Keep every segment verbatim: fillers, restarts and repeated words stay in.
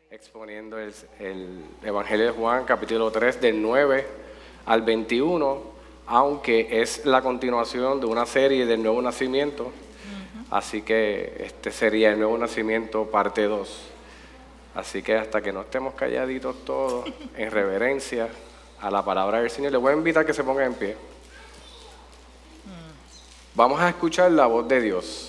exponiendo el, el Evangelio de Juan, capítulo tres, del nueve al veintiuno, aunque es la continuación de una serie del Nuevo Nacimiento, uh-huh. Así que este sería el Nuevo Nacimiento parte dos. Así que hasta que no estemos calladitos todos, en reverencia a la palabra del Señor, les voy a invitar a que se pongan en pie. Vamos a escuchar la voz de Dios.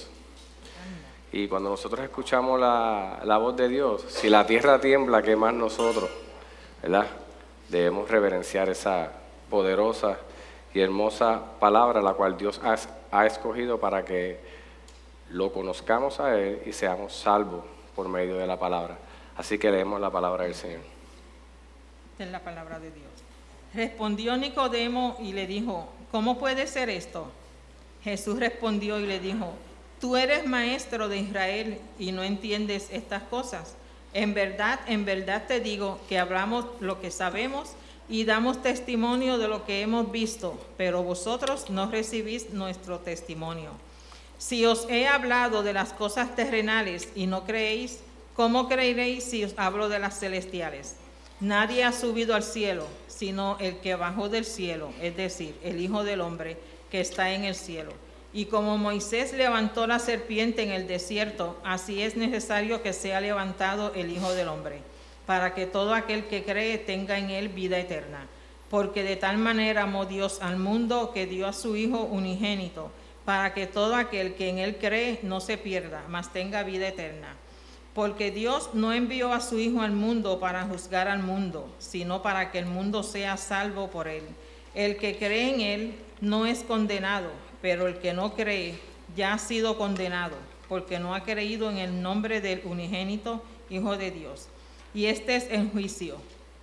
Y cuando nosotros escuchamos la, la voz de Dios, si la tierra tiembla, ¿qué más nosotros? ¿Verdad? Debemos reverenciar esa poderosa y hermosa palabra, la cual Dios ha, ha escogido para que lo conozcamos a Él y seamos salvos por medio de la palabra. Así que leemos la palabra del Señor. Esta es la palabra de Dios. Respondió Nicodemo y le dijo, ¿cómo puede ser esto? Jesús respondió y le dijo, tú eres maestro de Israel y no entiendes estas cosas. En verdad, en verdad te digo que hablamos lo que sabemos y damos testimonio de lo que hemos visto, pero vosotros no recibís nuestro testimonio. Si os he hablado de las cosas terrenales y no creéis, ¿cómo creeréis si os hablo de las celestiales? Nadie ha subido al cielo, sino el que bajó del cielo, es decir, el Hijo del Hombre que está en el cielo. Y como Moisés levantó la serpiente en el desierto, así es necesario que sea levantado el Hijo del Hombre, para que todo aquel que cree tenga en él vida eterna. Porque de tal manera amó Dios al mundo que dio a su Hijo unigénito, para que todo aquel que en él cree no se pierda, mas tenga vida eterna. Porque Dios no envió a su Hijo al mundo para juzgar al mundo, sino para que el mundo sea salvo por él. El que cree en él no es condenado, pero el que no cree ya ha sido condenado, porque no ha creído en el nombre del unigénito Hijo de Dios. Y este es el juicio,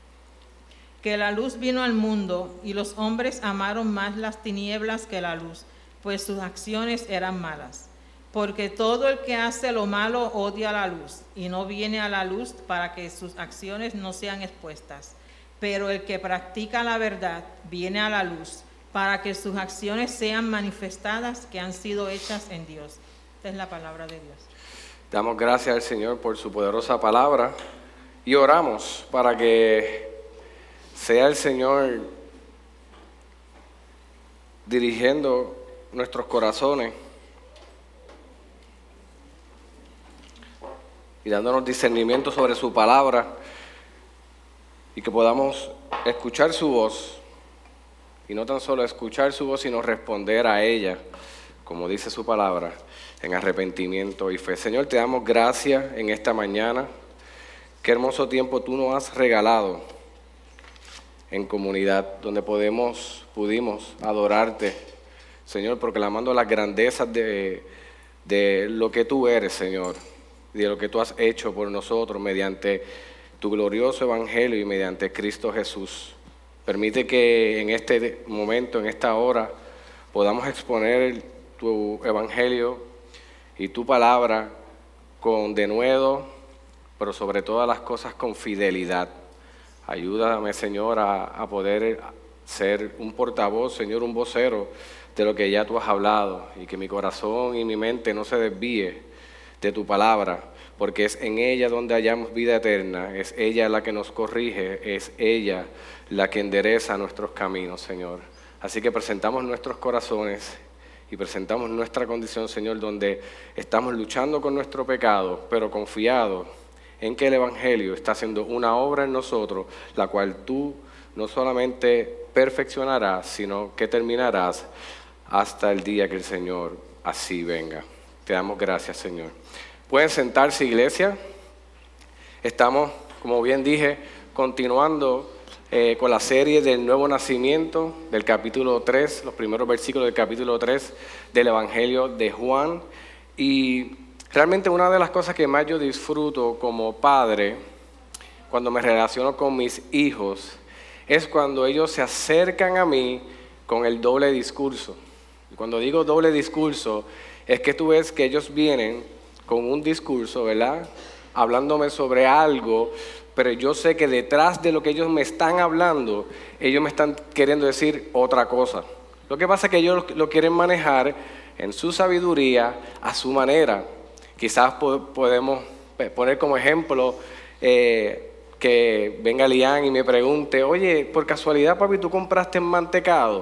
que la luz vino al mundo, y los hombres amaron más las tinieblas que la luz, pues sus acciones eran malas. Porque todo el que hace lo malo odia la luz, y no viene a la luz para que sus acciones no sean expuestas. Pero el que practica la verdad viene a la luz, para que sus acciones sean manifestadas que han sido hechas en Dios. Esta es la palabra de Dios. Damos gracias al Señor por su poderosa palabra y oramos para que sea el Señor dirigiendo nuestros corazones y dándonos discernimiento sobre su palabra y que podamos escuchar su voz. Y no tan solo escuchar su voz, sino responder a ella, como dice su palabra, en arrepentimiento y fe. Señor, te damos gracias en esta mañana. Qué hermoso tiempo tú nos has regalado en comunidad, donde podemos, pudimos adorarte, Señor, proclamando las grandezas de, de lo que tú eres, Señor, y de lo que tú has hecho por nosotros mediante tu glorioso evangelio y mediante Cristo Jesús. Permite que en este momento, en esta hora, podamos exponer tu evangelio y tu palabra con denuedo, pero sobre todas las cosas con fidelidad. Ayúdame, Señor, a, a poder ser un portavoz, Señor, un vocero de lo que ya tú has hablado, y que mi corazón y mi mente no se desvíe de tu palabra, porque es en ella donde hallamos vida eterna, es ella la que nos corrige, es ella la que endereza nuestros caminos, Señor. Así que presentamos nuestros corazones y presentamos nuestra condición, Señor, donde estamos luchando con nuestro pecado, pero confiados en que el Evangelio está haciendo una obra en nosotros, la cual tú no solamente perfeccionarás, sino que terminarás hasta el día que el Señor así venga. Te damos gracias, Señor. Pueden sentarse, iglesia. Estamos, como bien dije, continuando eh, con la serie del Nuevo Nacimiento, del capítulo tres, los primeros versículos del capítulo tres del Evangelio de Juan. Y realmente una de las cosas que más yo disfruto como padre, cuando me relaciono con mis hijos, es cuando ellos se acercan a mí con el doble discurso. Y cuando digo doble discurso, es que tú ves que ellos vienen con un discurso, ¿verdad? Hablándome sobre algo, pero yo sé que detrás de lo que ellos me están hablando, ellos me están queriendo decir otra cosa. Lo que pasa es que ellos lo quieren manejar en su sabiduría, a su manera. Quizás podemos poner como ejemplo eh, que venga Lian y me pregunte, oye, por casualidad, papi, ¿tú compraste mantecado?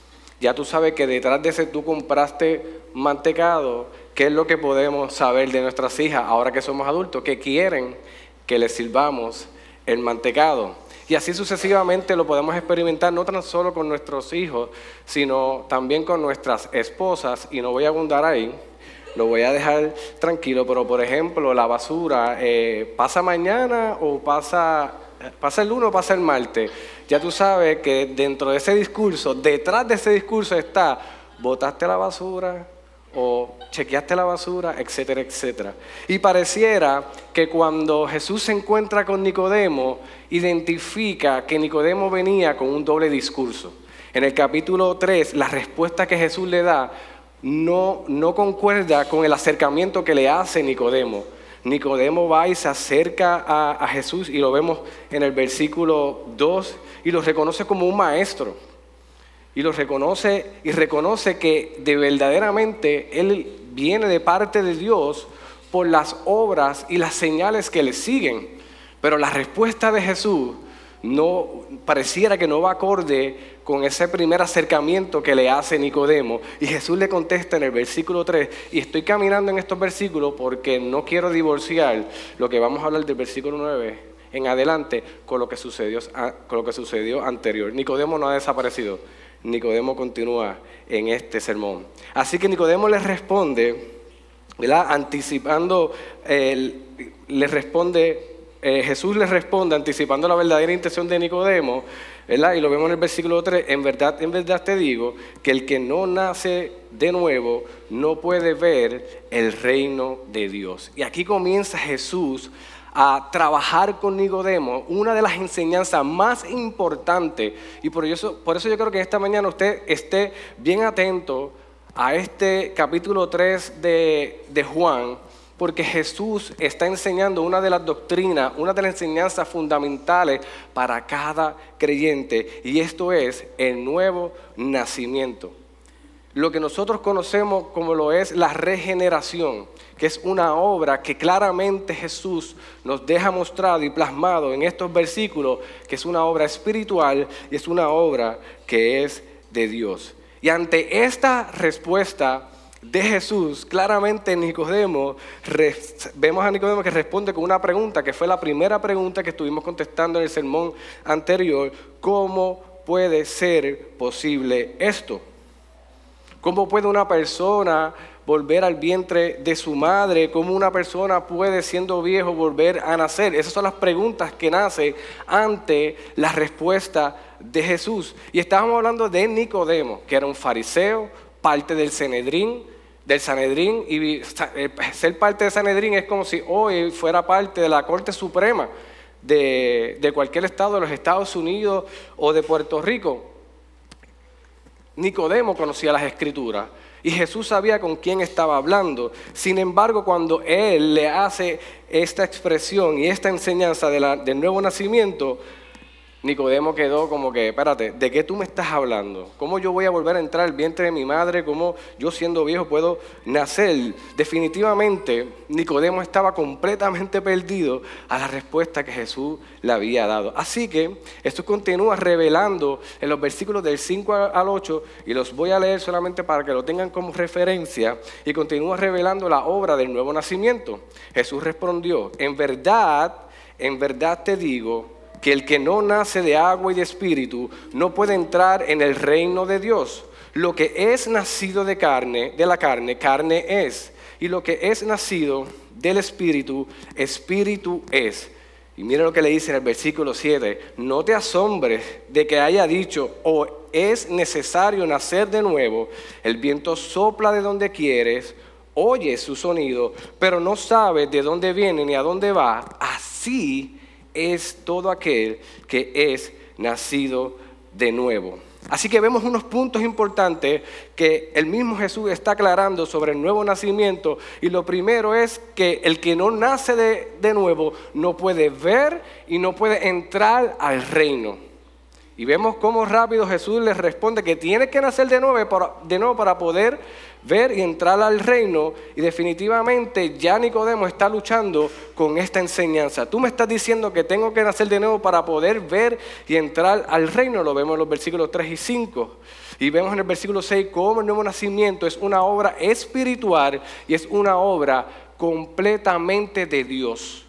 Ya tú sabes que detrás de ese tú compraste mantecado, ¿qué es lo que podemos saber de nuestras hijas ahora que somos adultos? Que quieren que les sirvamos el mantecado. Y así sucesivamente lo podemos experimentar no tan solo con nuestros hijos, sino también con nuestras esposas. Y no voy a abundar ahí, lo voy a dejar tranquilo, pero por ejemplo, la basura, eh, ¿pasa mañana o pasa, pasa el lunes o pasa el martes? Ya tú sabes que dentro de ese discurso, detrás de ese discurso está, ¿botaste la basura? O chequeaste la basura, etcétera, etcétera. Y pareciera que cuando Jesús se encuentra con Nicodemo, identifica que Nicodemo venía con un doble discurso. En el capítulo tres, la respuesta que Jesús le da no, no concuerda con el acercamiento que le hace Nicodemo. Nicodemo va y se acerca a, a Jesús y lo vemos en el versículo dos y lo reconoce como un maestro. Y lo reconoce y reconoce que de verdaderamente él viene de parte de Dios por las obras y las señales que le siguen. Pero la respuesta de Jesús no pareciera que no va acorde con ese primer acercamiento que le hace Nicodemo. Y Jesús le contesta en el versículo tres, y estoy caminando en estos versículos porque no quiero divorciar lo que vamos a hablar del versículo nueve en adelante con lo que sucedió, con lo que sucedió anterior. Nicodemo no ha desaparecido. Nicodemo continúa en este sermón. Así que Nicodemo le responde, ¿verdad? Anticipando, eh, le responde, eh, Jesús le responde anticipando la verdadera intención de Nicodemo, ¿verdad? Y lo vemos en el versículo tres, en verdad, en verdad te digo que el que no nace de nuevo no puede ver el reino de Dios. Y aquí comienza Jesús a trabajar con Nicodemo, una de las enseñanzas más importantes, y por eso, por eso yo creo que esta mañana usted esté bien atento a este capítulo tres de, de Juan, porque Jesús está enseñando una de las doctrinas, una de las enseñanzas fundamentales para cada creyente, y esto es el nuevo nacimiento. Lo que nosotros conocemos como lo es la regeneración, que es una obra que claramente Jesús nos deja mostrado y plasmado en estos versículos, que es una obra espiritual y es una obra que es de Dios. Y ante esta respuesta de Jesús, claramente Nicodemo, vemos a Nicodemo que responde con una pregunta, que fue la primera pregunta que estuvimos contestando en el sermón anterior: ¿cómo puede ser posible esto? ¿Cómo puede una persona volver al vientre de su madre? ¿Cómo una persona puede, siendo viejo, volver a nacer? Esas son las preguntas que nacen ante la respuesta de Jesús. Y estábamos hablando de Nicodemo, que era un fariseo, parte del Sanedrín, del Sanedrín, y ser parte del Sanedrín es como si hoy fuera parte de la Corte Suprema de, de cualquier estado de los Estados Unidos o de Puerto Rico. Nicodemo conocía las Escrituras y Jesús sabía con quién estaba hablando. Sin embargo, cuando él le hace esta expresión y esta enseñanza de la, del nuevo nacimiento, Nicodemo quedó como que, espérate, ¿de qué tú me estás hablando? ¿Cómo yo voy a volver a entrar al vientre de mi madre? ¿Cómo yo, siendo viejo, puedo nacer? Definitivamente, Nicodemo estaba completamente perdido a la respuesta que Jesús le había dado. Así que esto continúa revelando en los versículos del cinco al ocho, y los voy a leer solamente para que lo tengan como referencia, y continúa revelando la obra del nuevo nacimiento. Jesús respondió: en verdad, en verdad te digo, que el que no nace de agua y de espíritu no puede entrar en el reino de Dios. Lo que es nacido de carne, de la carne, carne es. Y lo que es nacido del espíritu, espíritu es. Y mira lo que le dice en el versículo siete. No te asombres de que haya dicho, o oh, es necesario nacer de nuevo. El viento sopla de donde quieres, oye su sonido, pero no sabes de dónde viene ni a dónde va. Así es todo aquel que es nacido de nuevo. Así que vemos unos puntos importantes que el mismo Jesús está aclarando sobre el nuevo nacimiento. Y lo primero es que el que no nace de, de nuevo no puede ver y no puede entrar al reino. Y vemos cómo rápido Jesús les responde que tiene que nacer de nuevo, para, de nuevo para poder ver y entrar al reino. Y definitivamente ya Nicodemo está luchando con esta enseñanza. Tú me estás diciendo que tengo que nacer de nuevo para poder ver y entrar al reino. Lo vemos en los versículos tres y cinco. Y vemos en el versículo seis cómo el nuevo nacimiento es una obra espiritual y es una obra completamente de Dios.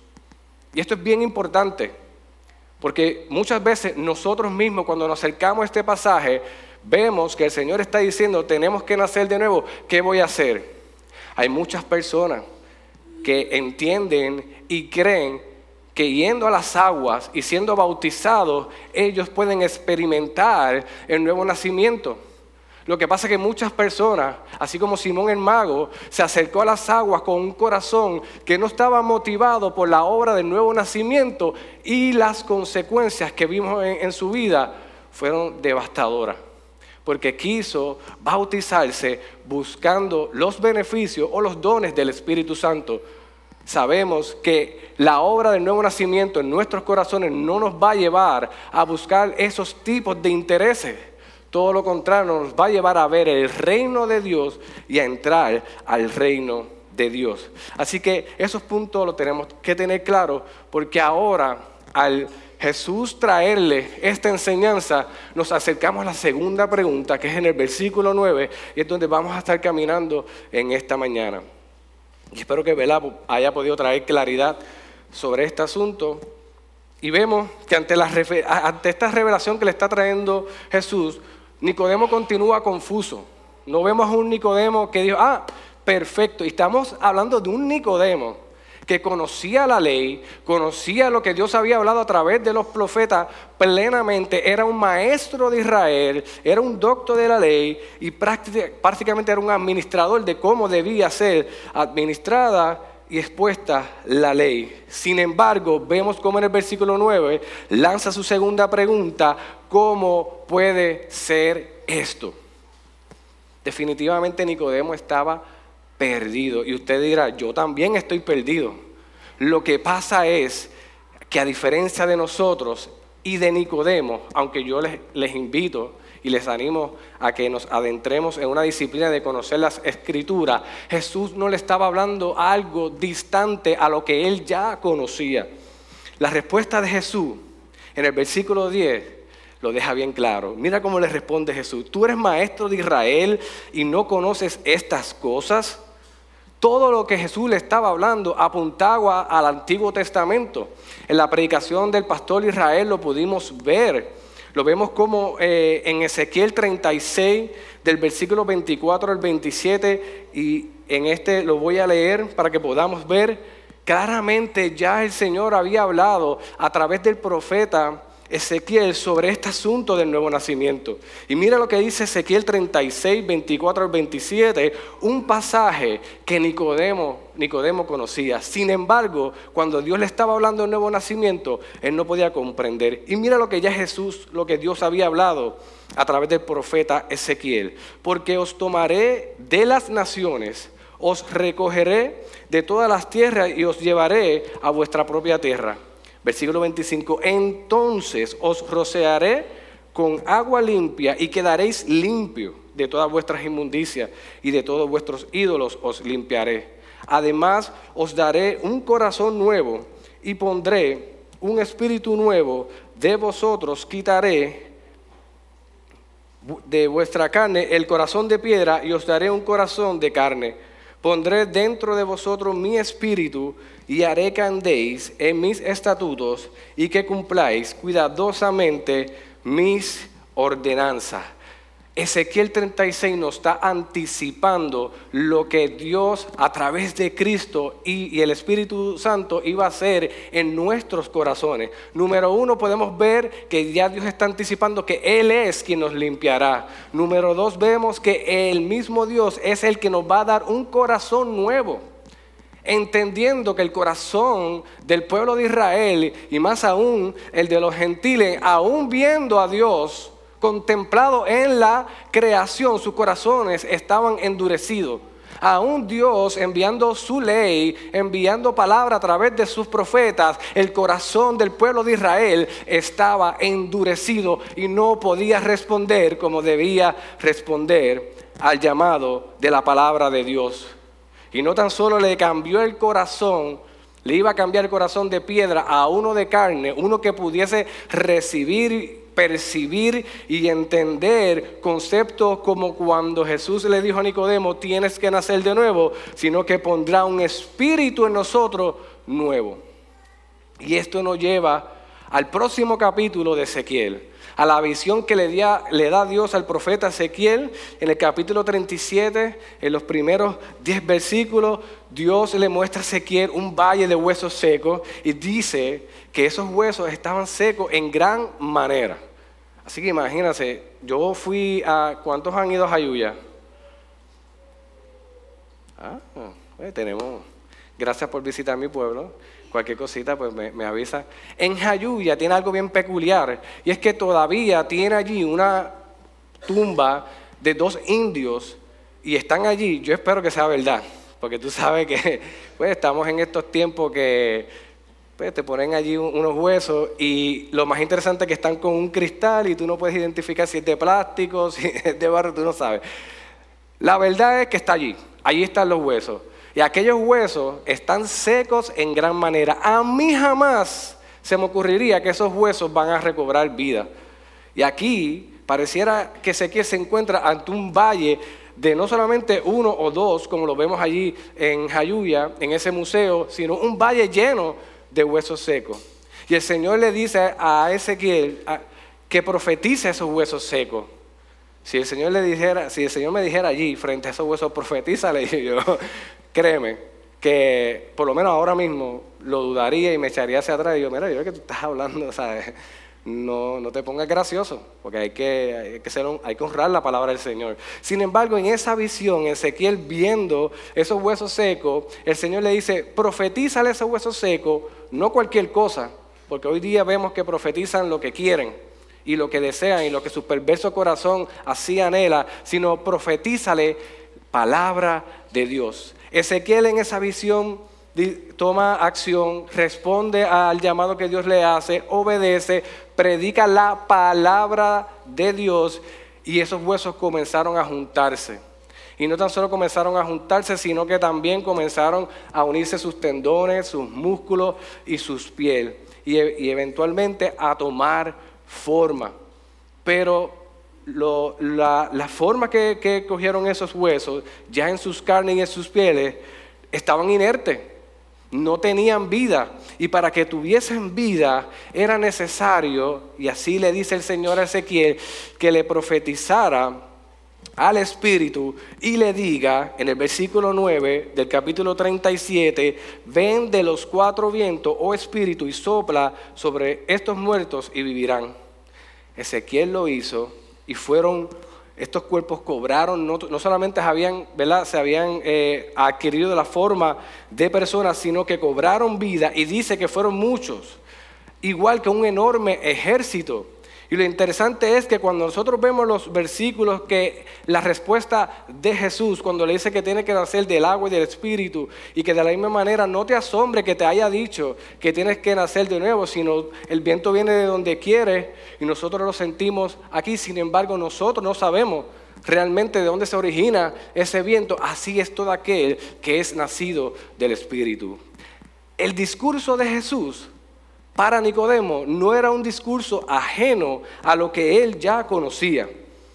Y esto es bien importante. Porque muchas veces nosotros mismos cuando nos acercamos a este pasaje, vemos que el Señor está diciendo, tenemos que nacer de nuevo, ¿qué voy a hacer? Hay muchas personas que entienden y creen que yendo a las aguas y siendo bautizados, ellos pueden experimentar el nuevo nacimiento. Lo que pasa es que muchas personas, así como Simón el mago, se acercó a las aguas con un corazón que no estaba motivado por la obra del nuevo nacimiento, y las consecuencias que vimos en, en su vida fueron devastadoras. Porque quiso bautizarse buscando los beneficios o los dones del Espíritu Santo. Sabemos que la obra del nuevo nacimiento en nuestros corazones no nos va a llevar a buscar esos tipos de intereses. Todo lo contrario, nos va a llevar a ver el reino de Dios y a entrar al reino de Dios. Así que esos puntos los tenemos que tener claros, porque ahora al Jesús traerle esta enseñanza, nos acercamos a la segunda pregunta, que es en el versículo nueve, y es donde vamos a estar caminando en esta mañana. Y espero que Bela haya podido traer claridad sobre este asunto. Y vemos que ante, la, ante esta revelación que le está trayendo Jesús, Nicodemo continúa confuso. No vemos a un Nicodemo que dijo, ah, perfecto. Y estamos hablando de un Nicodemo que conocía la ley, conocía lo que Dios había hablado a través de los profetas plenamente. Era un maestro de Israel, era un doctor de la ley y prácticamente era un administrador de cómo debía ser administrada y expuesta la ley. Sin embargo, vemos cómo en el versículo nueve lanza su segunda pregunta: ¿cómo puede ser esto? Definitivamente Nicodemo estaba perdido. Y usted dirá, yo también estoy perdido. Lo que pasa es que a diferencia de nosotros y de Nicodemo, aunque yo les, les invito y les animo a que nos adentremos en una disciplina de conocer las Escrituras, Jesús no le estaba hablando algo distante a lo que él ya conocía. La respuesta de Jesús en el versículo diez lo deja bien claro. Mira cómo le responde Jesús: ¿tú eres maestro de Israel y no conoces estas cosas? Todo lo que Jesús le estaba hablando apuntaba al Antiguo Testamento. En la predicación del pastor Israel lo pudimos ver. Lo vemos como eh, en Ezequiel treinta y seis, del versículo veinticuatro al veintisiete, y en este lo voy a leer para que podamos ver. Claramente ya el Señor había hablado a través del profeta Ezequiel sobre este asunto del nuevo nacimiento. Y mira lo que dice Ezequiel treinta y seis, veinticuatro al veintisiete, un pasaje que Nicodemo, Nicodemo conocía. Sin embargo, cuando Dios le estaba hablando del nuevo nacimiento, él no podía comprender. Y mira lo que ya Jesús, lo que Dios había hablado a través del profeta Ezequiel: porque os tomaré de las naciones, os recogeré de todas las tierras y os llevaré a vuestra propia tierra. Versículo veinticinco, entonces os rociaré con agua limpia y quedaréis limpios de todas vuestras inmundicias, y de todos vuestros ídolos os limpiaré. Además os daré un corazón nuevo y pondré un espíritu nuevo de vosotros, quitaré de vuestra carne el corazón de piedra y os daré un corazón de carne. Pondré dentro de vosotros mi espíritu y haré que andéis en mis estatutos y que cumpláis cuidadosamente mis ordenanzas. Ezequiel treinta y seis nos está anticipando lo que Dios a través de Cristo y, y el Espíritu Santo iba a hacer en nuestros corazones. Número uno, podemos ver que ya Dios está anticipando que Él es quien nos limpiará. Número dos, vemos que el mismo Dios es el que nos va a dar un corazón nuevo, entendiendo que el corazón del pueblo de Israel, y más aún el de los gentiles, aún viendo a Dios contemplado en la creación, sus corazones estaban endurecidos. Aún Dios enviando su ley, enviando palabra a través de sus profetas, el corazón del pueblo de Israel estaba endurecido y no podía responder como debía responder al llamado de la palabra de Dios. Y no tan solo le cambió el corazón, le iba a cambiar el corazón de piedra a uno de carne, uno que pudiese recibir, percibir y entender conceptos como cuando Jesús le dijo a Nicodemo, tienes que nacer de nuevo, sino que pondrá un espíritu en nosotros nuevo. Y esto nos lleva al próximo capítulo de Ezequiel, a la visión que le, dia, le da Dios al profeta Ezequiel. En el capítulo treinta y siete, en los primeros diez versículos, Dios le muestra a Ezequiel un valle de huesos secos y dice que esos huesos estaban secos en gran manera. Así que imagínense, yo fui a... ¿Cuántos han ido a Jayuya? Ah, pues tenemos... Gracias por visitar mi pueblo. Cualquier cosita, pues me, me avisa. En Jayuya tiene algo bien peculiar, y es que todavía tiene allí una tumba de dos indios, y están allí. Yo espero que sea verdad, porque tú sabes que pues, estamos en estos tiempos que pues, te ponen allí unos huesos, y lo más interesante es que están con un cristal, y tú no puedes identificar si es de plástico, si es de barro, tú no sabes. La verdad es que está allí, allí están los huesos. Y aquellos huesos están secos en gran manera. A mí jamás se me ocurriría que esos huesos van a recobrar vida. Y aquí pareciera que Ezequiel se encuentra ante un valle de no solamente uno o dos, como lo vemos allí en Jayuya, en ese museo, sino un valle lleno de huesos secos. Y el Señor le dice a Ezequiel que profetice esos huesos secos. Si el Señor le dijera, si el Señor me dijera allí frente a esos huesos, profetízale, y yo, créeme, que por lo menos ahora mismo lo dudaría y me echaría hacia atrás y yo, mira, yo creo que tú estás hablando, ¿sabes? No, no te pongas gracioso, porque hay que, hay, que ser un, hay que honrar la palabra del Señor. Sin embargo, en esa visión, Ezequiel viendo esos huesos secos, el Señor le dice, profetízale esos huesos secos, no cualquier cosa, porque hoy día vemos que profetizan lo que quieren y lo que desean y lo que su perverso corazón así anhela, sino profetízale palabra de Dios. Ezequiel en esa visión toma acción, responde al llamado que Dios le hace, obedece, predica la palabra de Dios, y esos huesos comenzaron a juntarse. Y no tan solo comenzaron a juntarse, sino que también comenzaron a unirse sus tendones, sus músculos y sus piel, y, y eventualmente a tomar forma. Pero lo, la, la forma que, que cogieron esos huesos, ya en sus carnes y en sus pieles, estaban inertes, no tenían vida. Y para que tuviesen vida era necesario, y así le dice el Señor a Ezequiel, que le profetizara al Espíritu y le diga en el versículo nueve del capítulo treinta y siete, ven de los cuatro vientos, oh Espíritu, y sopla sobre estos muertos y vivirán. Ezequiel lo hizo y fueron, estos cuerpos cobraron, no, no solamente habían, ¿verdad? se habían eh, adquirido de la forma de personas, sino que cobraron vida, y dice que fueron muchos, igual que un enorme ejército. Y lo interesante es que cuando nosotros vemos los versículos, que la respuesta de Jesús, cuando le dice que tiene que nacer del agua y del Espíritu, y que de la misma manera no te asombre que te haya dicho que tienes que nacer de nuevo, sino el viento viene de donde quiere y nosotros lo sentimos aquí. Sin embargo, nosotros no sabemos realmente de dónde se origina ese viento. Así es todo aquel que es nacido del Espíritu. El discurso de Jesús para Nicodemo no era un discurso ajeno a lo que él ya conocía.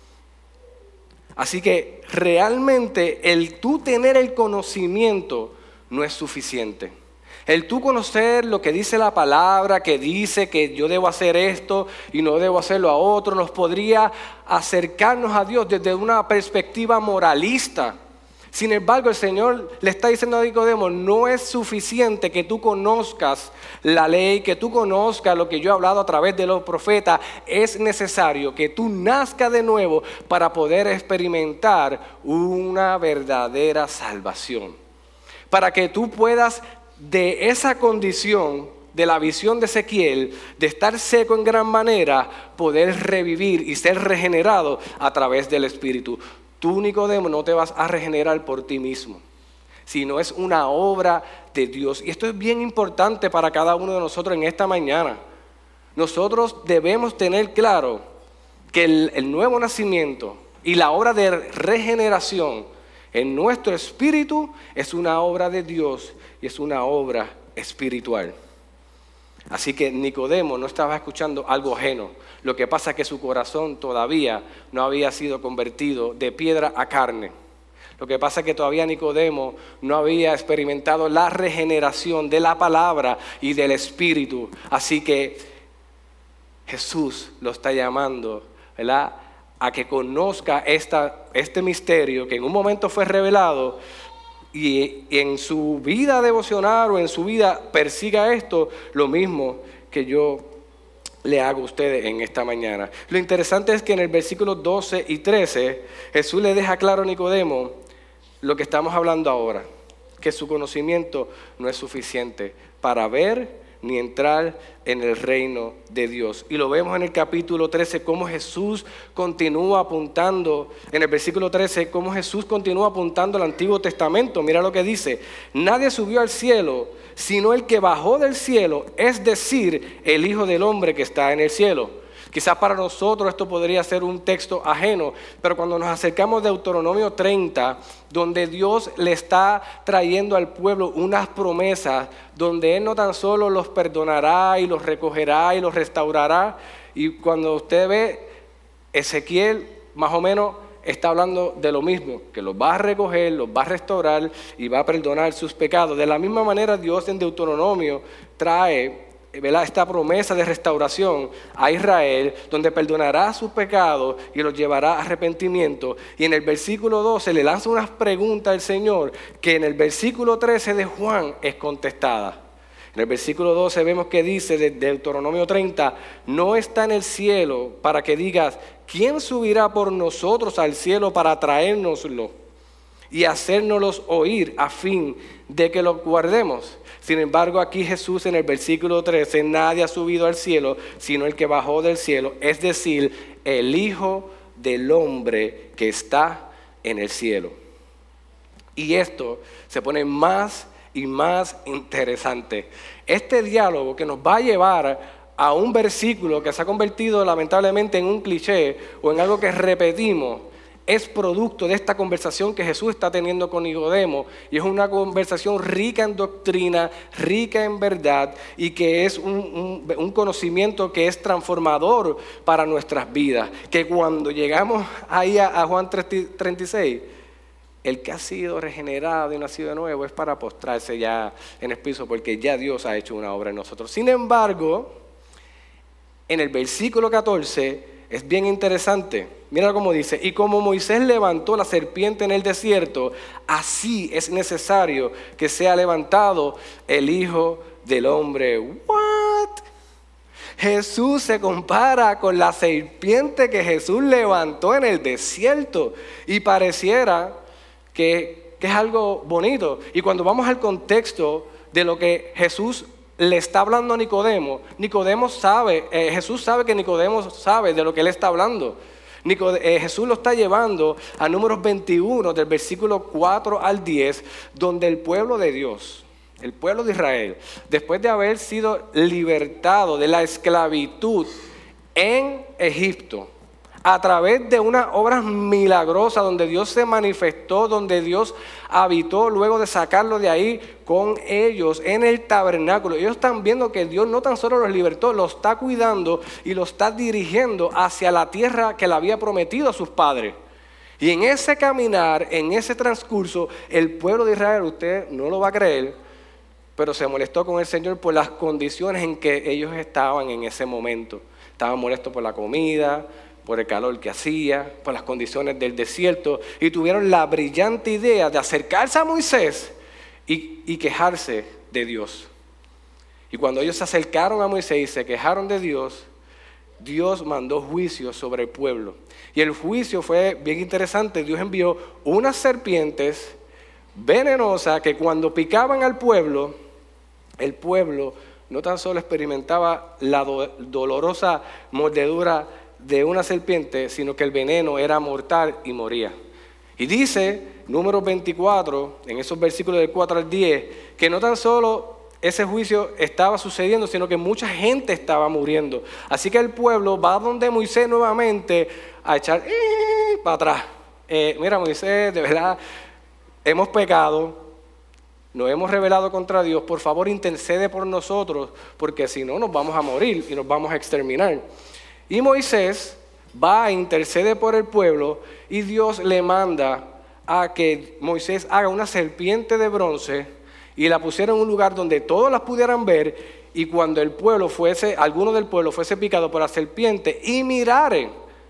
Así que realmente el tú tener el conocimiento no es suficiente. El tú conocer lo que dice la palabra, que dice que yo debo hacer esto y no debo hacerlo a otro, nos podría acercarnos a Dios desde una perspectiva moralista. Sin embargo, el Señor le está diciendo a Nicodemo, no es suficiente que tú conozcas la ley, que tú conozcas lo que yo he hablado a través de los profetas. Es necesario que tú nazcas de nuevo para poder experimentar una verdadera salvación. Para que tú puedas de esa condición, de la visión de Ezequiel, de estar seco en gran manera, poder revivir y ser regenerado a través del Espíritu. Tú, Nicodemo, no te vas a regenerar por ti mismo, sino es una obra de Dios. Y esto es bien importante para cada uno de nosotros en esta mañana. Nosotros debemos tener claro que el, el nuevo nacimiento y la obra de regeneración en nuestro espíritu es una obra de Dios y es una obra espiritual. Así que Nicodemo no estaba escuchando algo ajeno. Lo que pasa es que su corazón todavía no había sido convertido de piedra a carne. Lo que pasa es que todavía Nicodemo no había experimentado la regeneración de la palabra y del espíritu. Así que Jesús lo está llamando, ¿verdad?, a que conozca esta, este misterio que en un momento fue revelado y en su vida devocional o en su vida persiga esto, lo mismo que yo le hago a ustedes en esta mañana. Lo interesante es que en el versículo doce y trece Jesús le deja claro a Nicodemo lo que estamos hablando ahora, que su conocimiento no es suficiente para ver ni entrar en el reino de Dios. Y lo vemos en el capítulo trece, cómo Jesús continúa apuntando, en el versículo trece, cómo Jesús continúa apuntando al Antiguo Testamento. Mira lo que dice: nadie subió al cielo, sino el que bajó del cielo, es decir, el Hijo del Hombre que está en el cielo. Quizás para nosotros esto podría ser un texto ajeno, pero cuando nos acercamos de Deuteronomio treinta, donde Dios le está trayendo al pueblo unas promesas, donde Él no tan solo los perdonará y los recogerá y los restaurará, y cuando usted ve Ezequiel, más o menos está hablando de lo mismo, que los va a recoger, los va a restaurar y va a perdonar sus pecados. De la misma manera Dios en Deuteronomio trae, ¿verdad?, esta promesa de restauración a Israel, donde perdonará sus pecados y los llevará a arrepentimiento. Y en el versículo doce le lanza unas preguntas al Señor que en el versículo trece de Juan es contestada. En el versículo doce vemos que dice de Deuteronomio treinta: no está en el cielo para que digas, ¿quién subirá por nosotros al cielo para traérnoslo y hacérnoslos oír a fin de que lo guardemos? Sin embargo, aquí Jesús en el versículo trece, nadie ha subido al cielo, sino el que bajó del cielo, es decir, el Hijo del Hombre que está en el cielo. Y esto se pone más y más interesante. Este diálogo que nos va a llevar a un versículo que se ha convertido lamentablemente en un cliché o en algo que repetimos, es producto de esta conversación que Jesús está teniendo con Nicodemo, y es una conversación rica en doctrina, rica en verdad, y que es un, un, un conocimiento que es transformador para nuestras vidas, que cuando llegamos ahí a, a Juan treinta y seis, el que ha sido regenerado y nacido de nuevo es para postrarse ya en el piso, porque ya Dios ha hecho una obra en nosotros. Sin embargo, en el versículo catorce es bien interesante. Mira cómo dice: y como Moisés levantó la serpiente en el desierto, así es necesario que sea levantado el Hijo del Hombre. ¿What? Jesús se compara con la serpiente que Jesús levantó en el desierto, y pareciera que, que es algo bonito. Y cuando vamos al contexto de lo que Jesús le está hablando a Nicodemo, Nicodemo sabe, eh, Jesús sabe que Nicodemo sabe de lo que él está hablando. Nicodemo, eh, Jesús lo está llevando a Números veintiuno, del versículo cuatro al diez, donde el pueblo de Dios, el pueblo de Israel, después de haber sido libertado de la esclavitud en Egipto, a través de unas obras milagrosas donde Dios se manifestó, donde Dios habitó luego de sacarlo de ahí con ellos en el tabernáculo. Ellos están viendo que Dios no tan solo los libertó, los está cuidando y los está dirigiendo hacia la tierra que le había prometido a sus padres. Y en ese caminar, en ese transcurso, el pueblo de Israel, usted no lo va a creer, pero se molestó con el Señor por las condiciones en que ellos estaban en ese momento. Estaban molestos por la comida, por el calor que hacía, por las condiciones del desierto, y tuvieron la brillante idea de acercarse a Moisés y, y quejarse de Dios. Y cuando ellos se acercaron a Moisés y se quejaron de Dios, Dios mandó juicio sobre el pueblo. Y el juicio fue bien interesante. Dios envió unas serpientes venenosas que cuando picaban al pueblo, el pueblo no tan solo experimentaba la do- dolorosa mordedura de una serpiente, sino que el veneno era mortal y moría. Y dice, número veinticuatro, en esos versículos del cuatro al diez, que no tan solo ese juicio estaba sucediendo, sino que mucha gente estaba muriendo. Así que el pueblo va donde Moisés nuevamente a echar eh, para atrás. Eh, mira, Moisés, de verdad, hemos pecado, nos hemos rebelado contra Dios, por favor intercede por nosotros, porque si no nos vamos a morir y nos vamos a exterminar. Y Moisés va a interceder por el pueblo y Dios le manda a que Moisés haga una serpiente de bronce y la pusiera en un lugar donde todos las pudieran ver, y cuando el pueblo fuese, alguno del pueblo fuese picado por la serpiente y miraren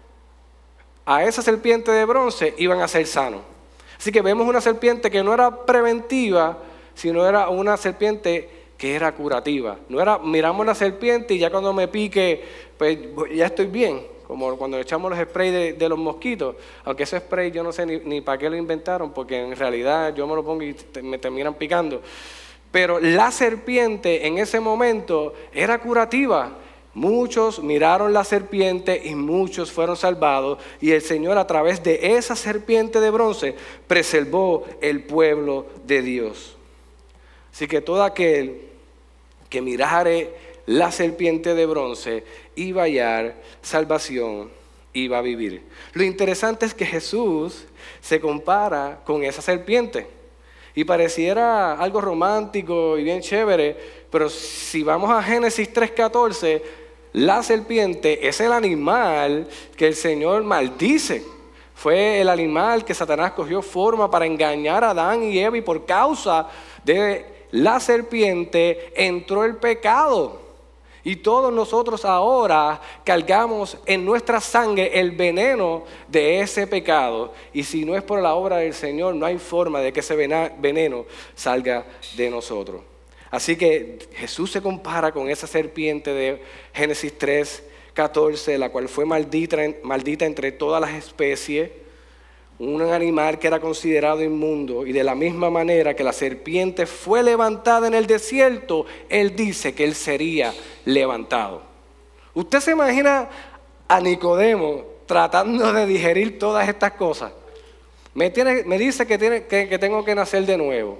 a esa serpiente de bronce, iban a ser sanos. Así que vemos una serpiente que no era preventiva, sino era una serpiente que era curativa. No era, miramos la serpiente y ya cuando me pique, pues ya estoy bien. Como cuando echamos los sprays de, de los mosquitos. Aunque ese spray yo no sé ni, ni para qué lo inventaron, porque en realidad yo me lo pongo y te, me terminan picando. Pero la serpiente en ese momento era curativa. Muchos miraron la serpiente y muchos fueron salvados, y el Señor a través de esa serpiente de bronce preservó el pueblo de Dios. Así que todo aquel que mirare la serpiente de bronce iba a hallar salvación, iba a vivir. Lo interesante es que Jesús se compara con esa serpiente. Y pareciera algo romántico y bien chévere, pero si vamos a Génesis tres catorce, la serpiente es el animal que el Señor maldice. Fue el animal que Satanás cogió forma para engañar a Adán y Eva, y por causa de la serpiente entró el pecado. Y todos nosotros ahora cargamos en nuestra sangre el veneno de ese pecado. Y si no es por la obra del Señor, no hay forma de que ese veneno salga de nosotros. Así que Jesús se compara con esa serpiente de Génesis tres catorce, la cual fue maldita, maldita entre todas las especies. Un animal que era considerado inmundo, y de la misma manera que la serpiente fue levantada en el desierto, Él dice que Él sería levantado. ¿Usted se imagina a Nicodemo tratando de digerir todas estas cosas? Me, tiene, me dice que, tiene, que, que tengo que nacer de nuevo.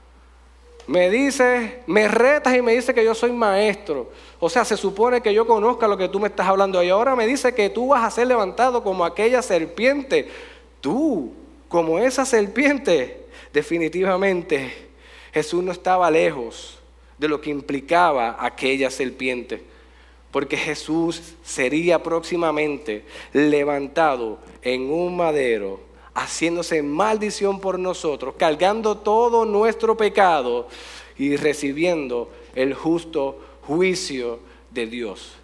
Me dice, me retas y me dice que yo soy maestro. O sea, se supone que yo conozca lo que tú me estás hablando, y ahora me dice que tú vas a ser levantado como aquella serpiente. Tú, como esa serpiente. Definitivamente Jesús no estaba lejos de lo que implicaba aquella serpiente, porque Jesús sería próximamente levantado en un madero, haciéndose maldición por nosotros, cargando todo nuestro pecado y recibiendo el justo juicio de Dios.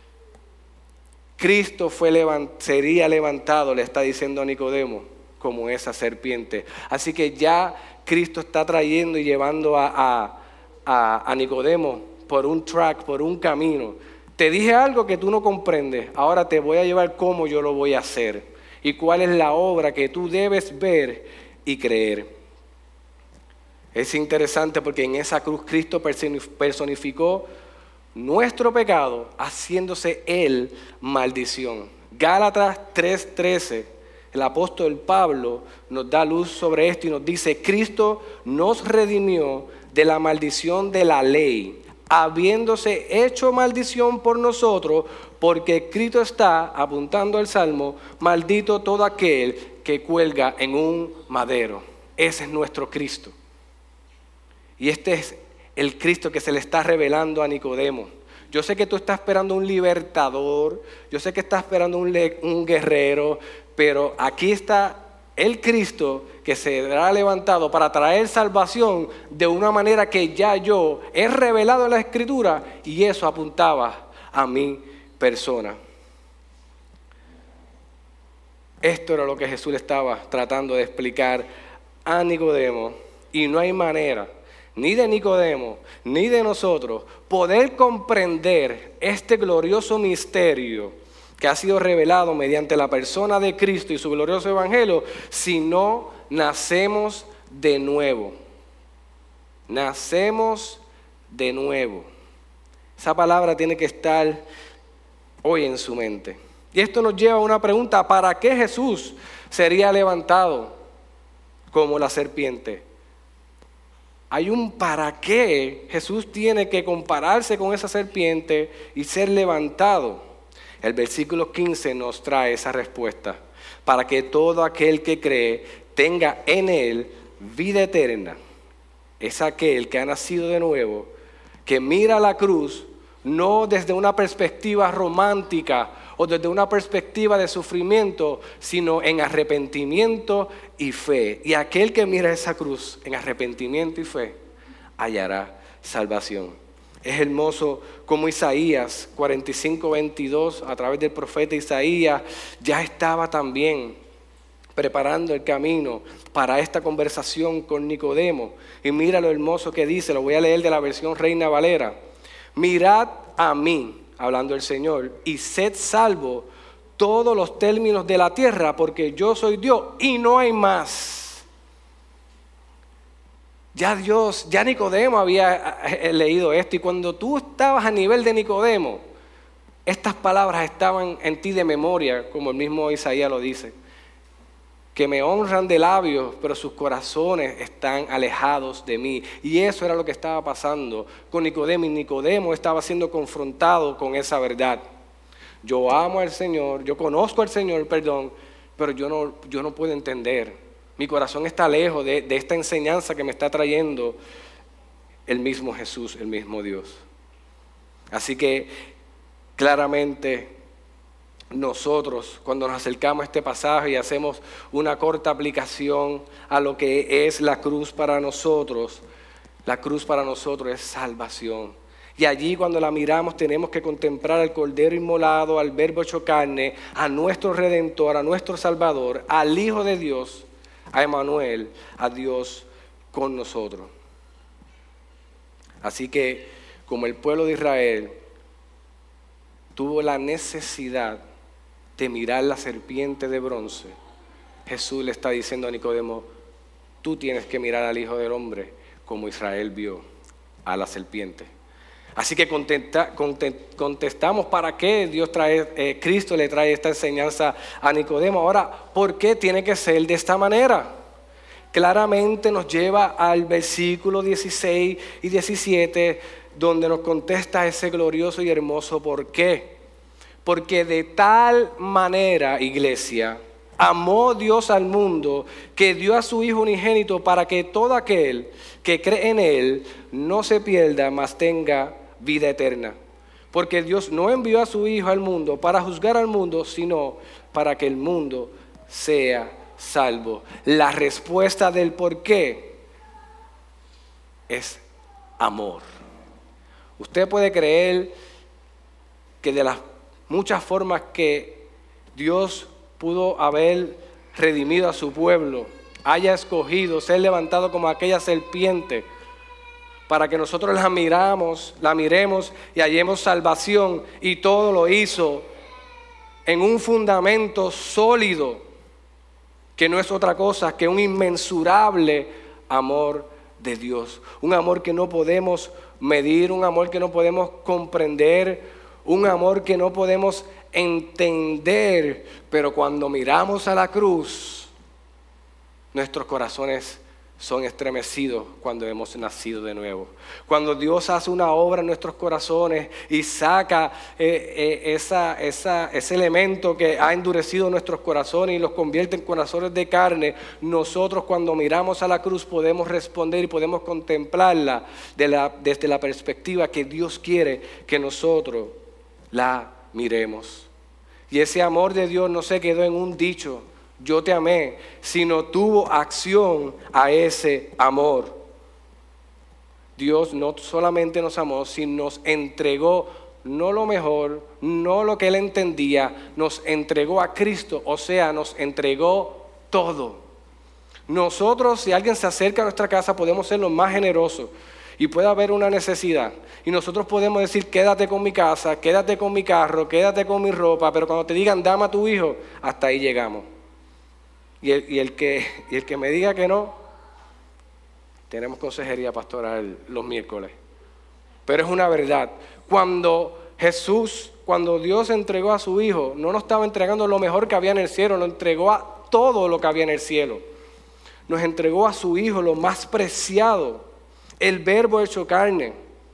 Cristo fue levant- sería levantado, le está diciendo a Nicodemo, como esa serpiente. Así que ya Cristo está trayendo y llevando a, a, a, a Nicodemo por un track, por un camino. Te dije algo que tú no comprendes, ahora te voy a llevar cómo yo lo voy a hacer y cuál es la obra que tú debes ver y creer. Es interesante porque en esa cruz Cristo personificó nuestro pecado, haciéndose Él maldición. Gálatas tres trece, el apóstol Pablo nos da luz sobre esto y nos dice: Cristo nos redimió de la maldición de la ley, habiéndose hecho maldición por nosotros, porque escrito está, apuntando al Salmo, maldito todo aquel que cuelga en un madero. Ese es nuestro Cristo. Y este es el Cristo que se le está revelando a Nicodemo. Yo sé que tú estás esperando un libertador, yo sé que estás esperando un, le- un guerrero, pero aquí está el Cristo que será levantado para traer salvación de una manera que ya yo he revelado en la Escritura, y eso apuntaba a mi persona. Esto era lo que Jesús le estaba tratando de explicar a Nicodemo, y no hay manera ni de Nicodemo, ni de nosotros, poder comprender este glorioso misterio que ha sido revelado mediante la persona de Cristo y su glorioso evangelio, si no nacemos de nuevo. Nacemos de nuevo. Esa palabra tiene que estar hoy en su mente. Y esto nos lleva a una pregunta: ¿para qué Jesús sería levantado? como la serpiente. Hay un para qué Jesús tiene que compararse con esa serpiente y ser levantado. El versículo quince nos trae esa respuesta. Para que todo aquel que cree tenga en él vida eterna. Es aquel que ha nacido de nuevo, que mira la cruz no desde una perspectiva romántica o desde una perspectiva de sufrimiento, sino en arrepentimiento y fe. Y aquel que mira esa cruz en arrepentimiento y fe, hallará salvación. Es hermoso como Isaías cuarenta y cinco, veintidós, a través del profeta Isaías, ya estaba también preparando el camino para esta conversación con Nicodemo. Y mira lo hermoso que dice, lo voy a leer de la versión Reina Valera. Mirad a mí, hablando el Señor, y sed salvo todos los términos de la tierra, porque yo soy Dios y no hay más. Ya Dios, ya Nicodemo había leído esto, y cuando tú estabas a nivel de Nicodemo, estas palabras estaban en ti de memoria, como el mismo Isaías lo dice, que me honran de labios, pero sus corazones están alejados de mí. Y eso era lo que estaba pasando con Nicodemo, y Nicodemo estaba siendo confrontado con esa verdad. Yo amo al Señor, yo conozco al Señor, perdón, pero yo no, yo no puedo entender. Mi corazón está lejos de, de esta enseñanza que me está trayendo el mismo Jesús, el mismo Dios. Así que claramente nosotros, cuando nos acercamos a este pasaje y hacemos una corta aplicación a lo que es la cruz para nosotros, la cruz para nosotros es salvación. Y allí cuando la miramos tenemos que contemplar al Cordero inmolado, al Verbo hecho carne, a nuestro Redentor, a nuestro Salvador, al Hijo de Dios, a Emmanuel, a Dios con nosotros. Así que como el pueblo de Israel tuvo la necesidad de mirar la serpiente de bronce, Jesús le está diciendo a Nicodemo, tú tienes que mirar al Hijo del Hombre como Israel vio a la serpiente. Así que contenta, content, contestamos para qué Dios trae, eh, Cristo le trae esta enseñanza a Nicodemo. Ahora, ¿por qué tiene que ser de esta manera? Claramente nos lleva al versículo dieciséis y diecisiete, donde nos contesta ese glorioso y hermoso por qué. Porque de tal manera, iglesia, amó Dios al mundo, que dio a su Hijo unigénito para que todo aquel que cree en Él no se pierda, mas tenga vida eterna. Porque Dios no envió a su Hijo al mundo para juzgar al mundo, sino para que el mundo sea salvo. La respuesta del por qué es amor. Usted puede creer que de las muchas formas que Dios pudo haber redimido a su pueblo, haya escogido ser levantado como aquella serpiente para que nosotros la miramos, la miremos y hallemos salvación, y todo lo hizo en un fundamento sólido que no es otra cosa que un inmensurable amor de Dios, un amor que no podemos medir, un amor que no podemos comprender, un amor que no podemos entender, pero cuando miramos a la cruz, nuestros corazones son estremecidos cuando hemos nacido de nuevo. Cuando Dios hace una obra en nuestros corazones y saca eh, eh, esa, esa, ese elemento que ha endurecido nuestros corazones y los convierte en corazones de carne, nosotros cuando miramos a la cruz podemos responder y podemos contemplarla de la, desde la perspectiva que Dios quiere que nosotros la miremos. Y ese amor de Dios no se quedó en un dicho, yo te amé, sino tuvo acción a ese amor. Dios no solamente nos amó, sino nos entregó no lo mejor, no lo que Él entendía, nos entregó a Cristo, o sea, nos entregó todo. Nosotros, si alguien se acerca a nuestra casa, podemos ser los más generosos. Y puede haber una necesidad. Y nosotros podemos decir, quédate con mi casa, quédate con mi carro, quédate con mi ropa. Pero cuando te digan, dame a tu hijo, hasta ahí llegamos. Y el, y el, que, y el que me diga que no, tenemos consejería pastoral los miércoles. Pero es una verdad. Cuando Jesús, cuando Dios entregó a su Hijo, no nos estaba entregando lo mejor que había en el cielo, lo entregó a todo lo que había en el cielo. nos entregó a su Hijo, lo más preciado, el Verbo hecho carne.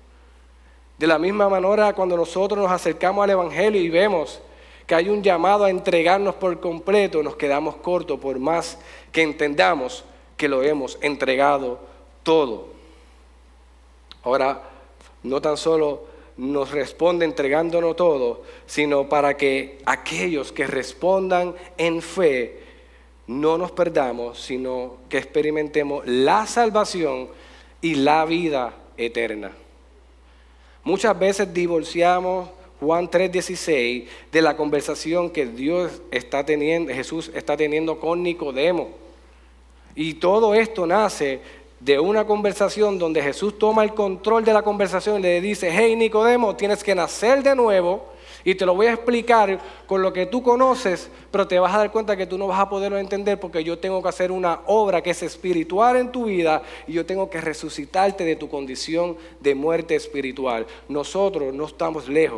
De la misma manera, cuando nosotros nos acercamos al Evangelio y vemos que hay un llamado a entregarnos por completo, nos quedamos cortos por más que entendamos que lo hemos entregado todo. Ahora, no tan solo nos responde entregándonos todo, sino para que aquellos que respondan en fe no nos perdamos, sino que experimentemos la salvación y la vida eterna. Muchas veces divorciamos Juan tres dieciséis de la conversación que Dios está teniendo, Jesús está teniendo con Nicodemo. Y todo esto nace de una conversación donde Jesús toma el control de la conversación y le dice: hey Nicodemo, tienes que nacer de nuevo y te lo voy a explicar con lo que tú conoces, pero te vas a dar cuenta que tú no vas a poderlo entender porque yo tengo que hacer una obra que es espiritual en tu vida y yo tengo que resucitarte de tu condición de muerte espiritual. Nosotros no estamos lejos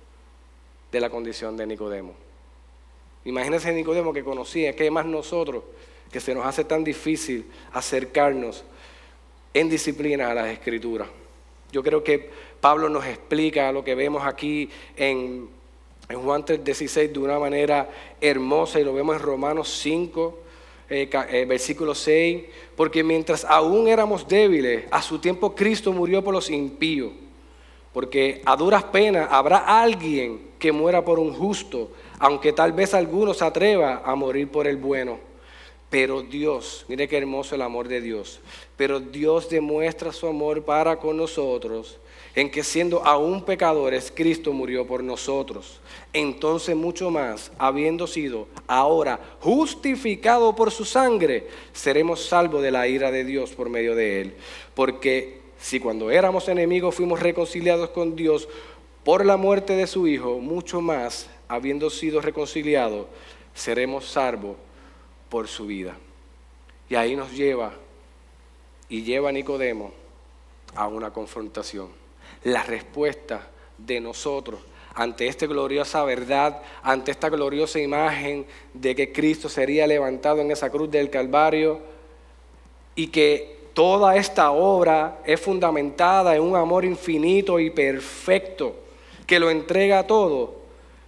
de la condición de Nicodemo. Imagínense a Nicodemo que conocía, que más nosotros, que se nos hace tan difícil acercarnos en disciplina a las Escrituras. Yo creo que Pablo nos explica lo que vemos aquí en, en Juan tres dieciséis de una manera hermosa, y lo vemos en Romanos cinco, eh, eh, versículo seis, porque mientras aún éramos débiles, a su tiempo Cristo murió por los impíos, porque a duras penas habrá alguien que muera por un justo, aunque tal vez alguno se atreva a morir por el bueno. Pero Dios, mire qué hermoso el amor de Dios, pero Dios demuestra su amor para con nosotros en que siendo aún pecadores, Cristo murió por nosotros. Entonces mucho más, habiendo sido ahora justificado por su sangre, seremos salvos de la ira de Dios por medio de él. Porque si cuando éramos enemigos fuimos reconciliados con Dios por la muerte de su Hijo, mucho más, habiendo sido reconciliados, seremos salvos por su vida. Y ahí nos lleva y lleva a Nicodemo a una confrontación. La respuesta de nosotros ante esta gloriosa verdad, ante esta gloriosa imagen de que Cristo sería levantado en esa cruz del Calvario y que toda esta obra es fundamentada en un amor infinito y perfecto que lo entrega todo.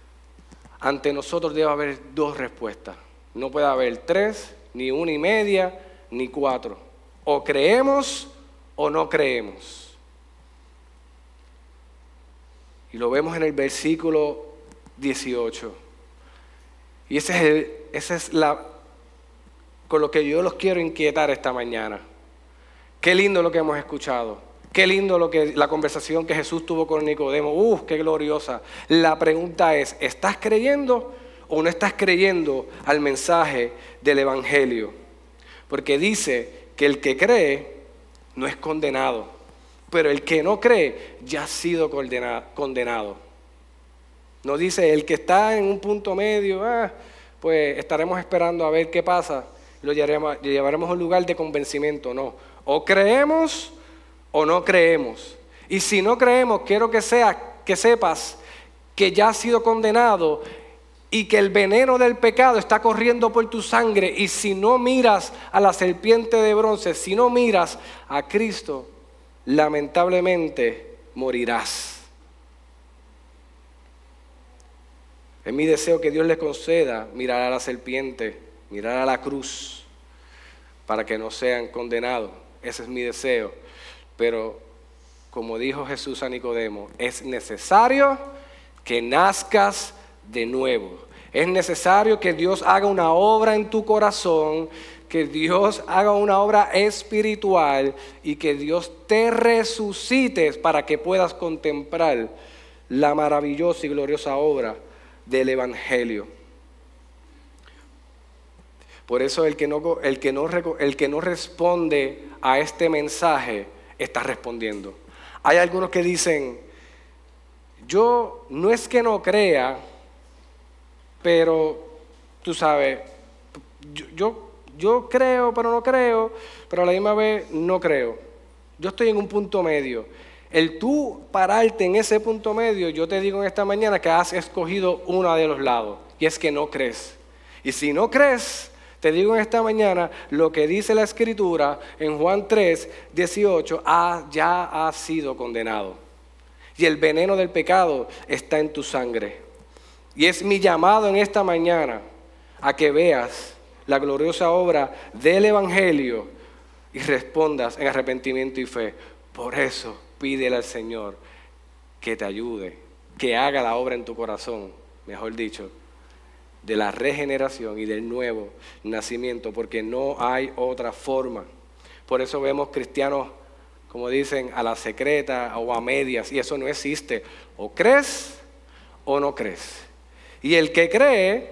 Ante nosotros debe haber dos respuestas. No puede haber tres, ni una y media, ni cuatro. O creemos o no creemos. Y lo vemos en el versículo dieciocho. Y ese es, el, ese es la, con lo que yo los quiero inquietar esta mañana. Qué lindo lo que hemos escuchado. Qué lindo lo que, la conversación que Jesús tuvo con Nicodemo. ¡Uf, qué gloriosa! La pregunta es, ¿estás creyendo o no estás creyendo al mensaje del Evangelio? Porque dice que el que cree no es condenado, pero el que no cree ya ha sido condenado. No dice el que está en un punto medio, ah, pues estaremos esperando a ver qué pasa, lo llevaremos, lo llevaremos a un lugar de convencimiento. No, o creemos o no creemos. Y si no creemos, quiero que, sea, que sepas que ya has sido condenado y que el veneno del pecado está corriendo por tu sangre. Y si no miras a la serpiente de bronce, si no miras a Cristo, lamentablemente morirás. Es mi deseo que Dios le conceda mirar a la serpiente, mirar a la cruz, para que no sean condenados. Ese es mi deseo. Pero como dijo Jesús a Nicodemo, es necesario que nazcas de nuevo. Es necesario que Dios haga una obra en tu corazón, que Dios haga una obra espiritual y que Dios te resucite para que puedas contemplar la maravillosa y gloriosa obra del Evangelio. Por eso el que no, el que no, el que no responde a este mensaje está respondiendo. Hay algunos que dicen, yo no es que no crea, pero tú sabes, yo, yo, yo creo pero no creo, pero a la misma vez no creo. Yo estoy en un punto medio. El tú pararte en ese punto medio, yo te digo en esta mañana que has escogido uno de los lados, y es que no crees. Y si no crees, Te digo en esta mañana lo que dice la Escritura en Juan tres, dieciocho, ah, ya has sido condenado. Y el veneno del pecado está en tu sangre. Y es mi llamado en esta mañana a que veas la gloriosa obra del Evangelio y respondas en arrepentimiento y fe. Por eso pídele al Señor que te ayude, que haga la obra en tu corazón, mejor dicho, de la regeneración y del nuevo nacimiento, porque no hay otra forma. Por eso vemos cristianos, como dicen, a la secreta o a medias, y eso no existe. O crees o no crees. Y el que cree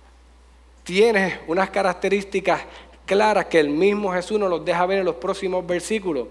tiene unas características claras que el mismo Jesús nos los deja ver en los próximos versículos.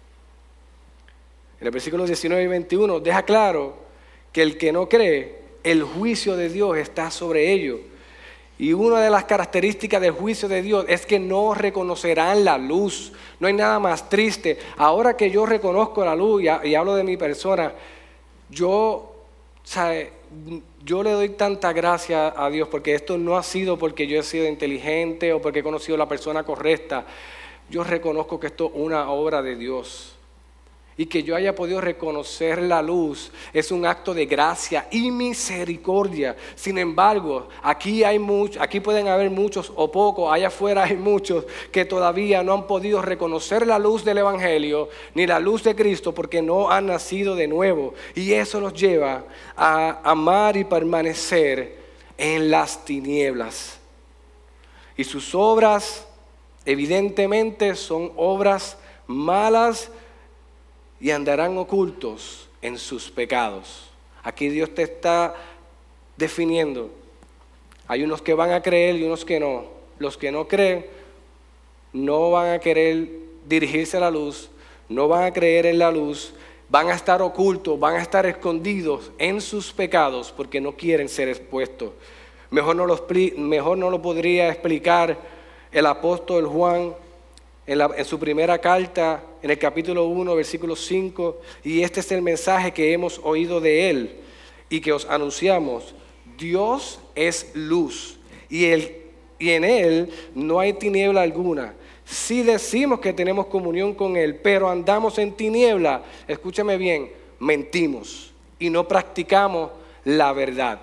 En el versículo diecinueve y veintiuno deja claro que el que no cree, el juicio de Dios está sobre ellos. Y una de las características del juicio de Dios es que no reconocerán la luz. No hay nada más triste. Ahora que yo reconozco la luz y, y hablo de mi persona, yo, ¿sabe? yo le doy tanta gracia a Dios, porque esto no ha sido porque yo he sido inteligente o porque he conocido a la persona correcta. Yo reconozco que esto es una obra de Dios. Y que yo haya podido reconocer la luz es un acto de gracia y misericordia. Sin embargo, aquí hay muchos, aquí pueden haber muchos o pocos, allá afuera hay muchos que todavía no han podido reconocer la luz del Evangelio ni la luz de Cristo porque no han nacido de nuevo. Y eso nos lleva a amar y permanecer en las tinieblas. Y sus obras, evidentemente, son obras malas y andarán ocultos en sus pecados. Aquí Dios te está definiendo. Hay unos que van a creer y unos que no. Los que no creen no van a querer dirigirse a la luz, no van a creer en la luz, van a estar ocultos, van a estar escondidos en sus pecados porque no quieren ser expuestos. Mejor no lo, mejor no lo podría explicar el apóstol Juan En, la, en su primera carta, en el capítulo uno, versículo cinco, y este es el mensaje que hemos oído de él y que os anunciamos. Dios es luz y, él, y en él no hay tiniebla alguna. Si decimos que tenemos comunión con él, pero andamos en tiniebla, escúchame bien, mentimos y no practicamos la verdad.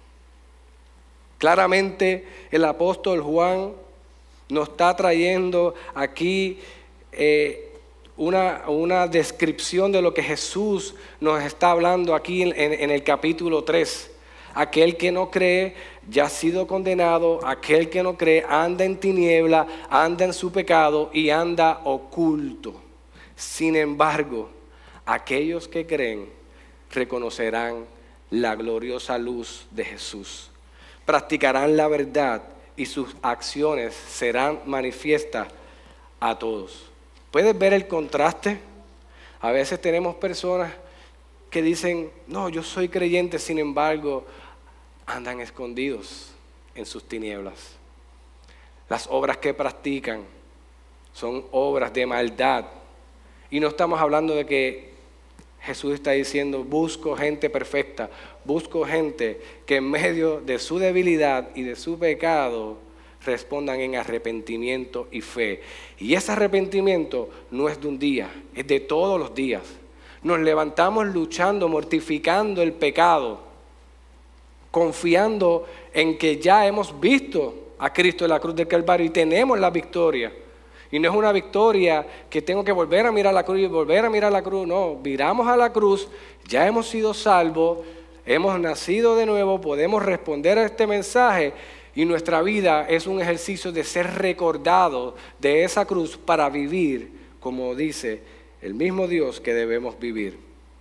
Claramente el apóstol Juan nos está trayendo aquí eh, una, una descripción de lo que Jesús nos está hablando aquí en, en, en el capítulo tres. Aquel que no cree ya ha sido condenado, aquel que no cree anda en tiniebla, anda en su pecado y anda oculto. Sin embargo, aquellos que creen reconocerán la gloriosa luz de Jesús, practicarán la verdad y sus acciones serán manifiestas a todos. ¿Puedes ver el contraste? A veces tenemos personas que dicen, no, yo soy creyente, sin embargo, andan escondidos en sus tinieblas. Las obras que practican son obras de maldad. Y no estamos hablando de que Jesús está diciendo, busco gente perfecta, busco gente que en medio de su debilidad y de su pecado respondan en arrepentimiento y fe. Y ese arrepentimiento no es de un día, es de todos los días. Nos levantamos luchando, mortificando el pecado, confiando en que ya hemos visto a Cristo en la cruz del Calvario y tenemos la victoria. Y no es una victoria que tengo que volver a mirar la cruz y volver a mirar la cruz. No, miramos a la cruz, ya hemos sido salvos, hemos nacido de nuevo, podemos responder a este mensaje y nuestra vida es un ejercicio de ser recordado de esa cruz para vivir como dice el mismo Dios que debemos vivir.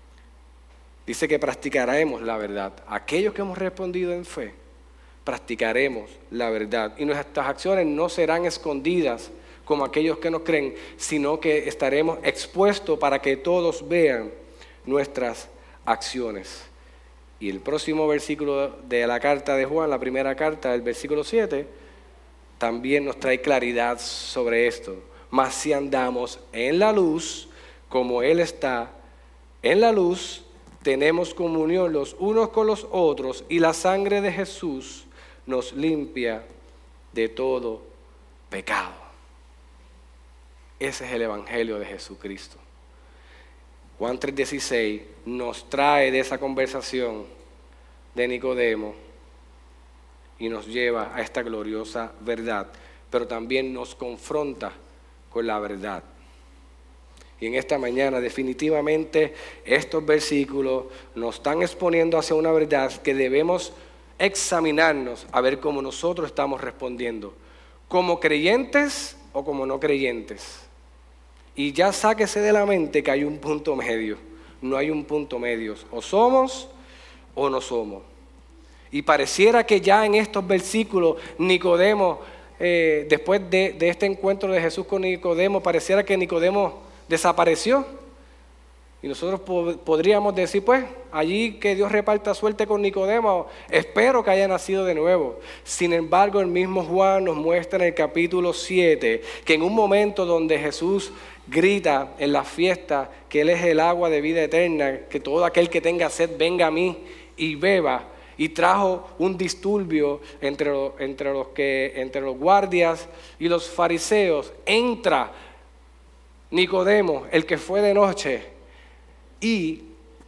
Dice que practicaremos la verdad. Aquellos que hemos respondido en fe, practicaremos la verdad y nuestras acciones no serán escondidas como aquellos que no creen, sino que estaremos expuestos para que todos vean nuestras acciones. Y el próximo versículo de la carta de Juan, la primera carta, el versículo siete, también nos trae claridad sobre esto. Mas si andamos en la luz, como Él está en la luz, tenemos comunión los unos con los otros y la sangre de Jesús nos limpia de todo pecado. Ese es el evangelio de Jesucristo. Juan tres dieciséis nos trae de esa conversación de Nicodemo y nos lleva a esta gloriosa verdad, pero también nos confronta con la verdad. Y en esta mañana definitivamente estos versículos nos están exponiendo hacia una verdad que debemos examinarnos a ver cómo nosotros estamos respondiendo, como creyentes o como no creyentes. Y ya sáquese de la mente que hay un punto medio. No hay un punto medio. O somos o no somos. Y pareciera que ya en estos versículos Nicodemo, eh, después de, de este encuentro de Jesús con Nicodemo, pareciera que Nicodemo desapareció. Y nosotros po- podríamos decir, pues, allí que Dios reparta suerte con Nicodemo, espero que haya nacido de nuevo. Sin embargo, el mismo Juan nos muestra en el capítulo siete que en un momento donde Jesús grita en la fiesta que Él es el agua de vida eterna, que todo aquel que tenga sed venga a mí y beba, y trajo un disturbio entre, los, entre, los que, entre los guardias y los fariseos. Entra Nicodemo, el que fue de noche, y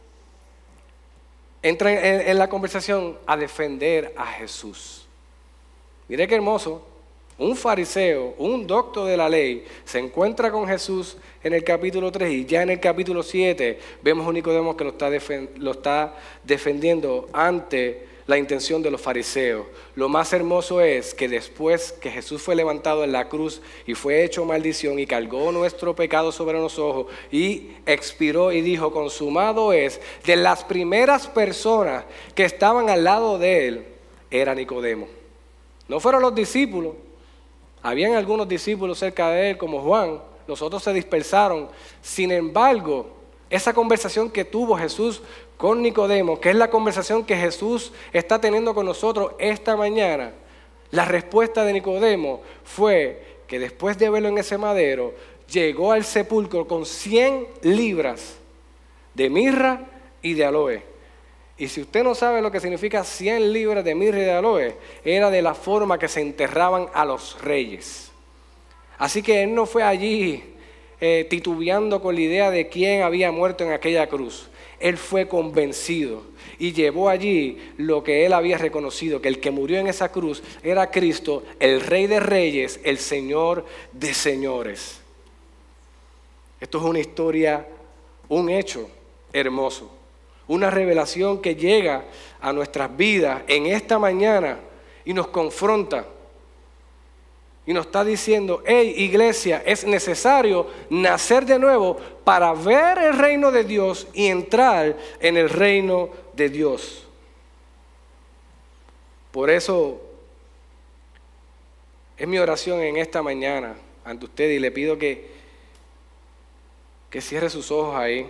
entra en, en la conversación a defender a Jesús. Mire qué hermoso. Un fariseo, un doctor de la ley, se encuentra con Jesús en el capítulo tres y ya en el capítulo siete vemos a un Nicodemo que lo está, defen- lo está defendiendo ante la intención de los fariseos. Lo más hermoso es que después que Jesús fue levantado en la cruz y fue hecho maldición y cargó nuestro pecado sobre nosotros y expiró y dijo, consumado es, de las primeras personas que estaban al lado de él, era Nicodemo. No fueron los discípulos. Habían algunos discípulos cerca de él, como Juan, los otros se dispersaron. Sin embargo, esa conversación que tuvo Jesús con Nicodemo, que es la conversación que Jesús está teniendo con nosotros esta mañana, la respuesta de Nicodemo fue que después de verlo en ese madero, llegó al sepulcro con cien libras de mirra y de aloe. Y si usted no sabe lo que significa cien libras de mirra y de aloe, era de la forma que se enterraban a los reyes. Así que él no fue allí eh, titubeando con la idea de quién había muerto en aquella cruz. Él fue convencido y llevó allí lo que él había reconocido, que el que murió en esa cruz era Cristo, el Rey de Reyes, el Señor de Señores. Esto es una historia, un hecho hermoso. Una revelación que llega a nuestras vidas en esta mañana y nos confronta. Y nos está diciendo, hey iglesia, es necesario nacer de nuevo para ver el reino de Dios y entrar en el reino de Dios. Por eso es mi oración en esta mañana ante usted y le pido que, que cierre sus ojos ahí.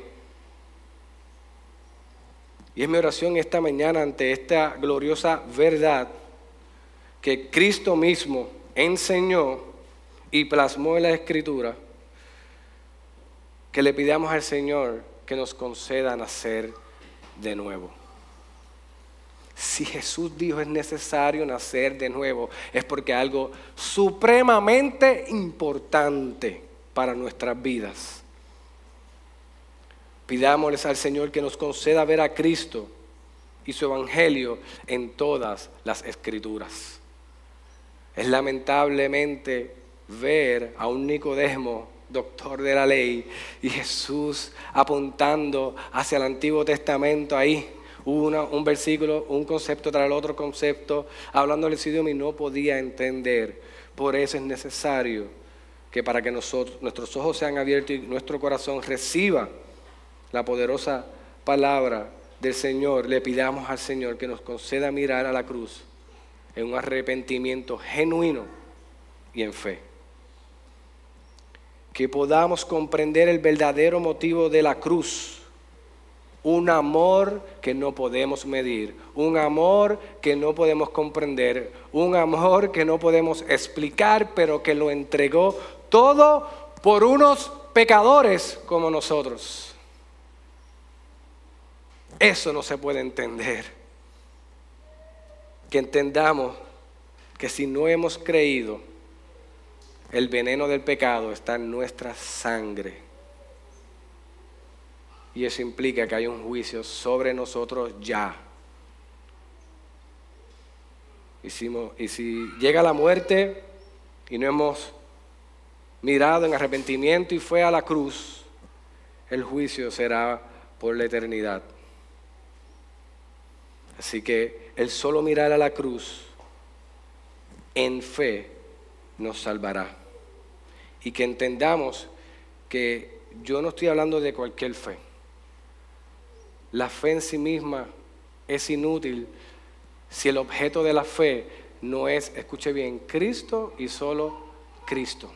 Y es mi oración esta mañana ante esta gloriosa verdad que Cristo mismo enseñó y plasmó en la Escritura, que le pidamos al Señor que nos conceda nacer de nuevo. Si Jesús dijo es necesario nacer de nuevo, es porque algo supremamente importante para nuestras vidas. Pidámosles al Señor que nos conceda ver a Cristo y su Evangelio en todas las Escrituras. Es lamentablemente ver a un Nicodemo, doctor de la ley, y Jesús apuntando hacia el Antiguo Testamento ahí. Una, un versículo, un concepto tras el otro concepto, hablándole ese idioma y no podía entender. Por eso es necesario que para que nosotros, nuestros ojos sean abiertos y nuestro corazón reciba la poderosa palabra del Señor, le pidamos al Señor que nos conceda mirar a la cruz en un arrepentimiento genuino y en fe. Que podamos comprender el verdadero motivo de la cruz. Un amor que no podemos medir, un amor que no podemos comprender, un amor que no podemos explicar, pero que lo entregó todo por unos pecadores como nosotros. Eso no se puede entender. Que entendamos que si no hemos creído el veneno del pecado está en nuestra sangre. Y eso implica que hay un juicio sobre nosotros ya. Y si, y si llega la muerte y no hemos mirado en arrepentimiento y fue a la cruz, el juicio será por la eternidad. Así que el solo mirar a la cruz en fe nos salvará. Y que entendamos que yo no estoy hablando de cualquier fe. La fe en sí misma es inútil si el objeto de la fe no es, escuche bien, Cristo y solo Cristo.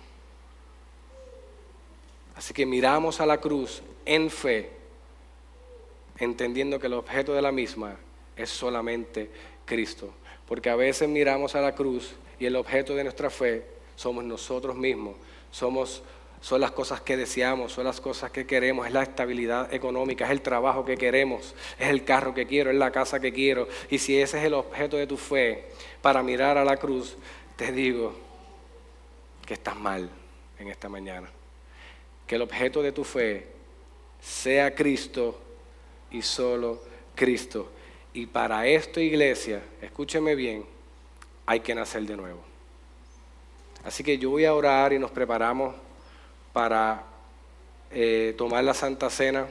Así que miramos a la cruz en fe, entendiendo que el objeto de la misma es solamente Cristo. Porque a veces miramos a la cruz y el objeto de nuestra fe somos nosotros mismos, somos Son las cosas que deseamos, son las cosas que queremos, es la estabilidad económica, es el trabajo que queremos, es el carro que quiero, es la casa que quiero. Y si ese es el objeto de tu fe para mirar a la cruz, te digo que estás mal en esta mañana. Que el objeto de tu fe sea Cristo y solo Cristo. Y para esto, iglesia, escúcheme bien, hay que nacer de nuevo. Así que yo voy a orar y nos preparamos para eh, tomar la Santa Cena.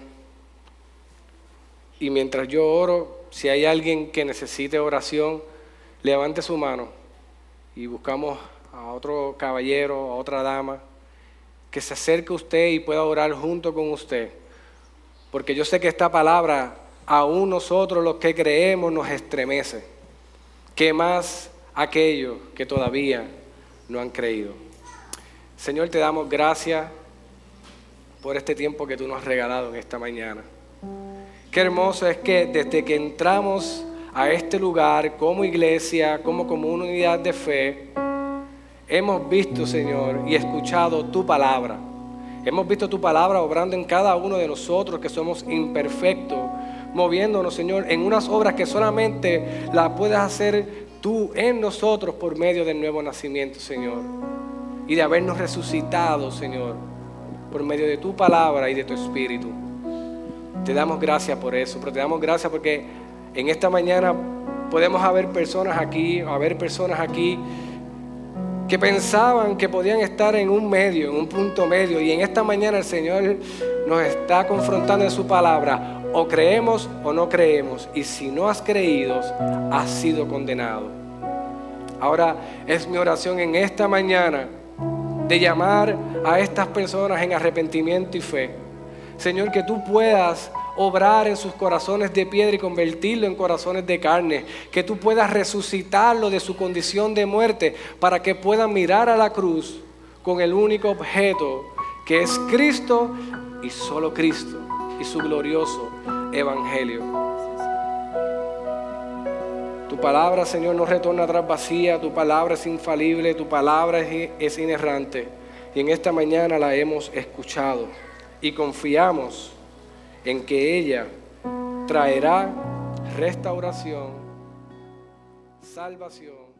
Y mientras yo oro, si hay alguien que necesite oración, levante su mano y buscamos a otro caballero, a otra dama, que se acerque a usted y pueda orar junto con usted. Porque yo sé que esta palabra, aún nosotros los que creemos, nos estremece. ¿Qué más aquellos que todavía no han creído? Señor, te damos gracias por este tiempo que tú nos has regalado en esta mañana. Qué hermoso es que desde que entramos a este lugar como iglesia, como comunidad de fe, hemos visto, Señor, y escuchado tu palabra. Hemos visto tu palabra obrando en cada uno de nosotros que somos imperfectos, moviéndonos, Señor, en unas obras que solamente las puedes hacer tú en nosotros por medio del nuevo nacimiento, Señor. Y de habernos resucitado, Señor, por medio de tu palabra y de tu espíritu. Te damos gracias por eso, pero te damos gracias porque en esta mañana podemos haber personas aquí, haber personas aquí que pensaban que podían estar en un medio, en un punto medio, y en esta mañana el Señor nos está confrontando en su palabra. O creemos o no creemos, y si no has creído, has sido condenado. Ahora es mi oración en esta mañana de llamar a estas personas en arrepentimiento y fe. Señor, que tú puedas obrar en sus corazones de piedra y convertirlo en corazones de carne. Que tú puedas resucitarlo de su condición de muerte para que puedan mirar a la cruz con el único objeto que es Cristo y solo Cristo y su glorioso evangelio. Tu palabra, Señor, no retorna atrás vacía. Tu palabra es infalible, tu palabra es, es inerrante. Y en esta mañana la hemos escuchado y confiamos en que ella traerá restauración, salvación